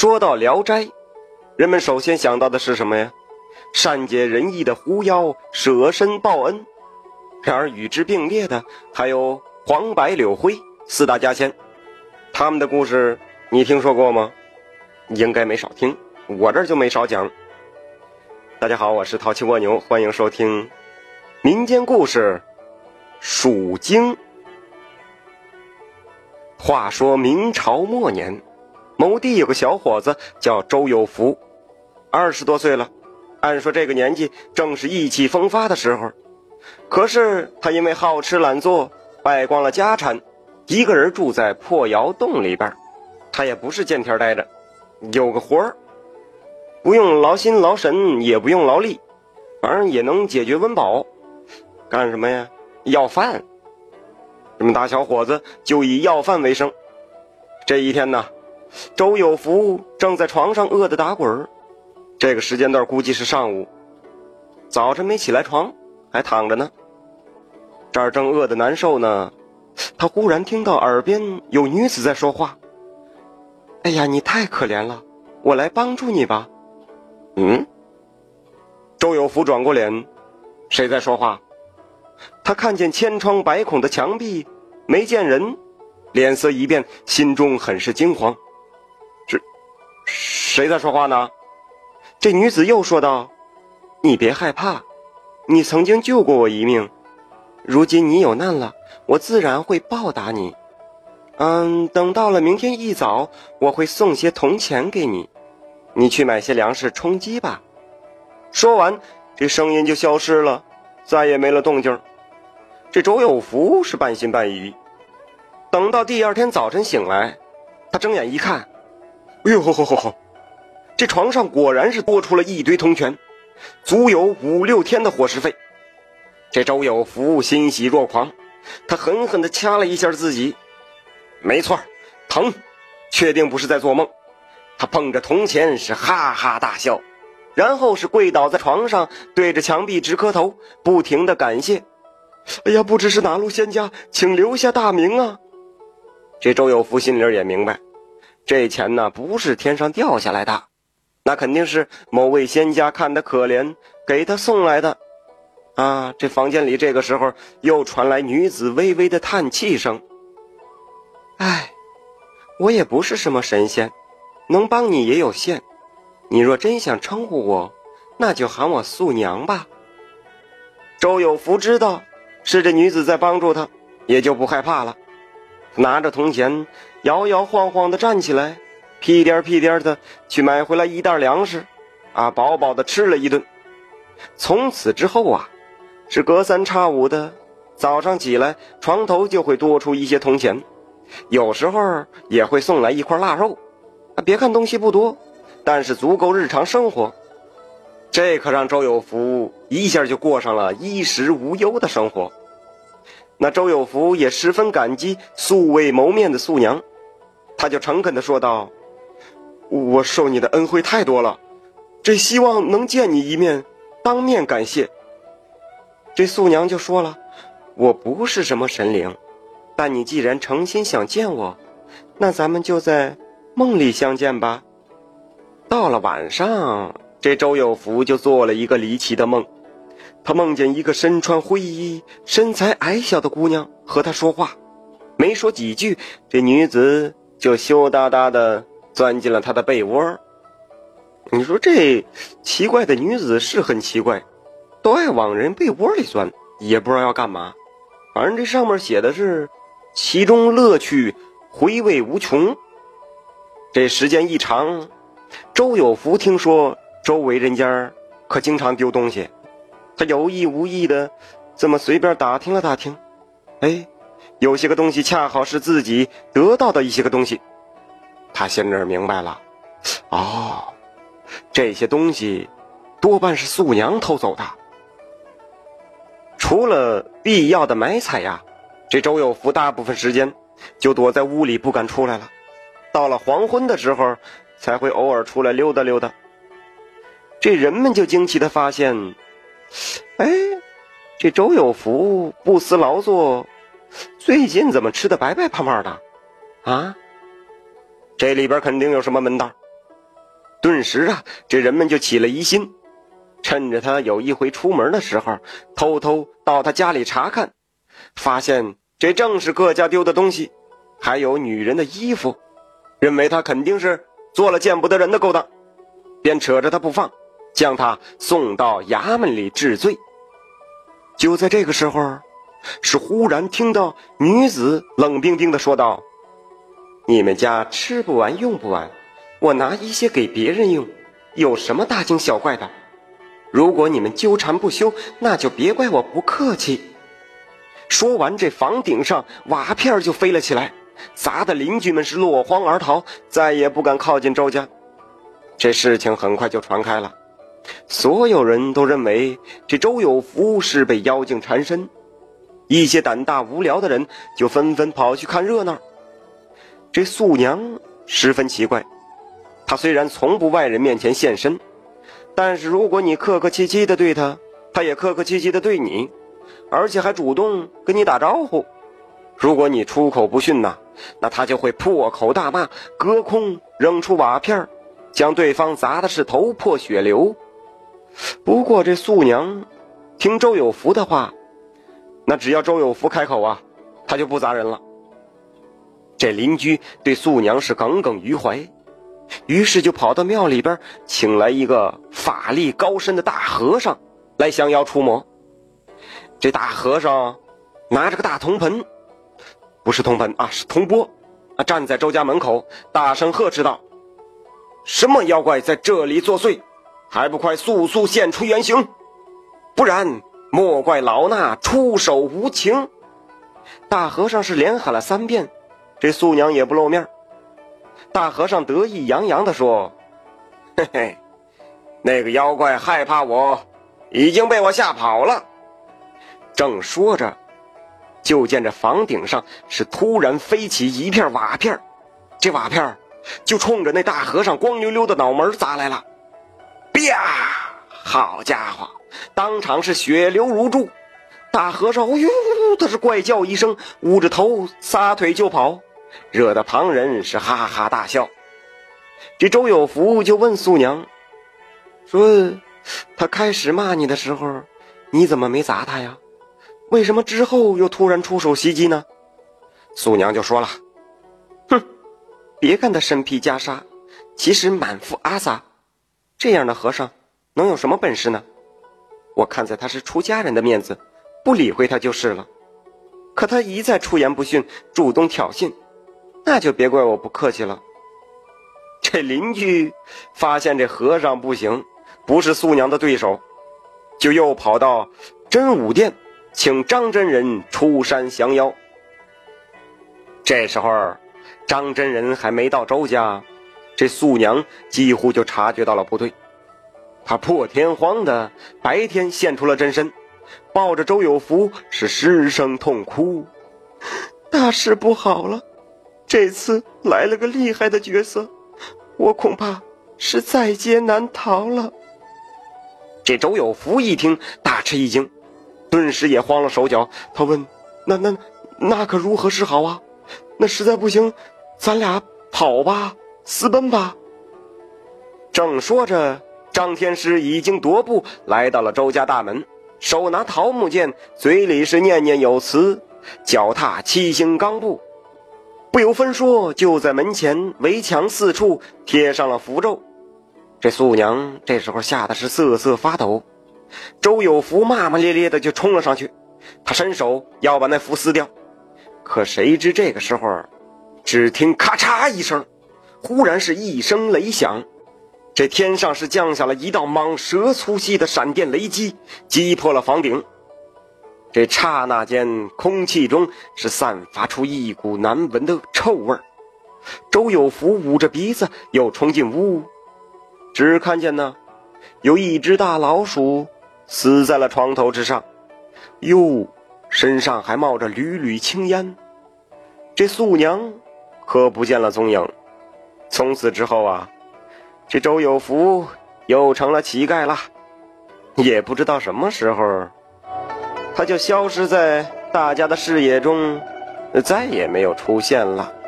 说到聊斋，人们首先想到的是什么呀？善解人意的狐妖舍身报恩。然而与之并列的还有黄白柳灰四大家仙，他们的故事你听说过吗？应该没少听，我这儿就没少讲。大家好，我是淘气蜗牛，欢迎收听民间故事蜀经。话说明朝末年，某地有个小伙子叫周有福，20多岁了。按说这个年纪正是意气风发的时候，可是他因为好吃懒做，败光了家产，一个人住在破窑洞里边。他也不是见天待着，有个活儿，不用劳心劳神，也不用劳力，反正也能解决温饱。干什么呀？要饭。这么大小伙子就以要饭为生。这一天呢，周有福正在床上饿得打滚，这个时间段估计是上午，早晨没起来床，还躺着呢。这儿正饿得难受呢，他忽然听到耳边有女子在说话。哎呀，你太可怜了，我来帮助你吧。周有福转过脸，谁在说话？他看见千疮百孔的墙壁，没见人，脸色一变，心中很是惊慌。谁在说话呢？这女子又说道：你别害怕，你曾经救过我一命，如今你有难了，我自然会报答你。等到了明天一早，我会送些铜钱给你，你去买些粮食充饥吧。说完，这声音就消失了，再也没了动静。这周有福是半信半疑。等到第二天早晨醒来，他睁眼一看，哎呦吼，这床上果然是多出了一堆铜钱，足有5、6天的伙食费。这周有福欣喜若狂，他狠狠地掐了一下自己，没错，疼，确定不是在做梦。他碰着铜钱是哈哈大笑，然后是跪倒在床上，对着墙壁直磕头，不停地感谢。哎呀，不知是哪路仙家，请留下大名啊！这周有福心里也明白，这钱呢不是天上掉下来的，那肯定是某位仙家看他可怜，给他送来的。这房间里这个时候又传来女子微微的叹气声。哎，我也不是什么神仙，能帮你也有限，你若真想称呼我，那就喊我素娘吧。周有福知道是这女子在帮助他，也就不害怕了，拿着铜钱摇摇晃晃地站起来，屁颠屁颠的去买回来一袋粮食，饱饱的吃了一顿。从此之后是隔三差五的，早上起来床头就会多出一些铜钱，有时候也会送来一块腊肉。别看东西不多，但是足够日常生活。这可让周有福一下就过上了衣食无忧的生活。那周有福也十分感激素未谋面的素娘，他就诚恳地说道：我受你的恩惠太多了，这希望能见你一面，当面感谢。这素娘就说了：我不是什么神灵，但你既然诚心想见我，那咱们就在梦里相见吧。到了晚上，这周有福就做了一个离奇的梦。他梦见一个身穿灰衣、身材矮小的姑娘和他说话，没说几句，这女子就羞答答地钻进了他的被窝。你说这奇怪的女子是很奇怪，都爱往人被窝里钻，也不知道要干嘛。反正这上面写的是其中乐趣回味无穷。这时间一长，周有福听说周围人家可经常丢东西，他有意无意的这么随便打听了打听，有些个东西恰好是自己得到的一些个东西。他心里明白了，这些东西多半是素娘偷走的。除了必要的买采这周有福大部分时间就躲在屋里不敢出来了，到了黄昏的时候才会偶尔出来溜达溜达。这人们就惊奇地发现，这周有福不思劳作，最近怎么吃得白白胖胖的这里边肯定有什么门道。 顿时啊，这人们就起了疑心，趁着他有一回出门的时候，偷偷到他家里查看，发现这正是各家丢的东西，还有女人的衣服，认为他肯定是做了见不得人的勾当，便扯着他不放，将他送到衙门里治罪。就在这个时候，是忽然听到女子冷冰冰地说道：你们家吃不完用不完，我拿一些给别人用，有什么大惊小怪的？如果你们纠缠不休，那就别怪我不客气。说完，这房顶上瓦片就飞了起来，砸得邻居们是落荒而逃，再也不敢靠近周家。这事情很快就传开了，所有人都认为这周有福是被妖精缠身，一些胆大无聊的人就纷纷跑去看热闹。这素娘十分奇怪，她虽然从不外人面前现身，但是如果你客客气气的对她，她也客客气气的对你，而且还主动跟你打招呼。如果你出口不逊呐，那她就会破口大骂，隔空扔出瓦片，将对方砸的是头破血流。不过这素娘听周有福的话，那只要周有福开口啊，他就不砸人了。这邻居对素娘是耿耿于怀，于是就跑到庙里边请来一个法力高深的大和尚来降妖除魔。这大和尚拿着个大铜盆，不是铜盆啊，是铜钵啊，站在周家门口大声呵斥道：什么妖怪在这里作祟，还不快速速现出原形，不然莫怪老衲出手无情。大和尚是连喊了3遍，这素娘也不露面。大和尚得意洋洋地说：嘿嘿，那个妖怪害怕我，已经被我吓跑了。正说着，就见这房顶上是突然飞起一片瓦片，这瓦片就冲着那大和尚光溜溜的脑门砸来了。啪！好家伙，当场是血流如注。大和尚哦呦，他是怪叫一声，捂着头撒腿就跑，惹得旁人是哈哈大笑。这周有福就问素娘说：他开始骂你的时候，你怎么没砸他呀？为什么之后又突然出手袭击呢？素娘就说了：哼，别看他身披袈裟，其实满腹阿萨，这样的和尚能有什么本事呢？我看在他是出家人的面子，不理会他就是了。可他一再出言不逊，主动挑衅，那就别怪我不客气了。这邻居发现这和尚不行，不是素娘的对手，就又跑到真武殿请张真人出山降妖。这时候张真人还没到周家，这素娘几乎就察觉到了不对，他破天荒的白天现出了真身，抱着周有福是失声痛哭：大事不好了，这次来了个厉害的角色，我恐怕是在劫难逃了。这周有福一听大吃一惊，顿时也慌了手脚，他问：那可如何是好啊？那实在不行，咱俩跑吧，私奔吧。正说着，张天师已经踱步来到了周家大门，手拿桃木剑，嘴里是念念有词，脚踏7星钢步，不由分说就在门前围墙4处贴上了符咒。这素娘这时候吓得是瑟瑟发抖，周有福骂骂咧咧的就冲了上去，他伸手要把那符撕掉，可谁知这个时候只听咔嚓一声，忽然是一声雷响，这天上是降下了一道蟒蛇粗细的闪电雷击，击破了房顶。这刹那间空气中是散发出一股难闻的臭味。周有福捂着鼻子又冲进屋，只看见呢有一只大老鼠死在了床头之上，哟，身上还冒着缕缕青烟。这素娘可不见了踪影。从此之后啊，这周有福又成了乞丐了，也不知道什么时候他就消失在大家的视野中，再也没有出现了。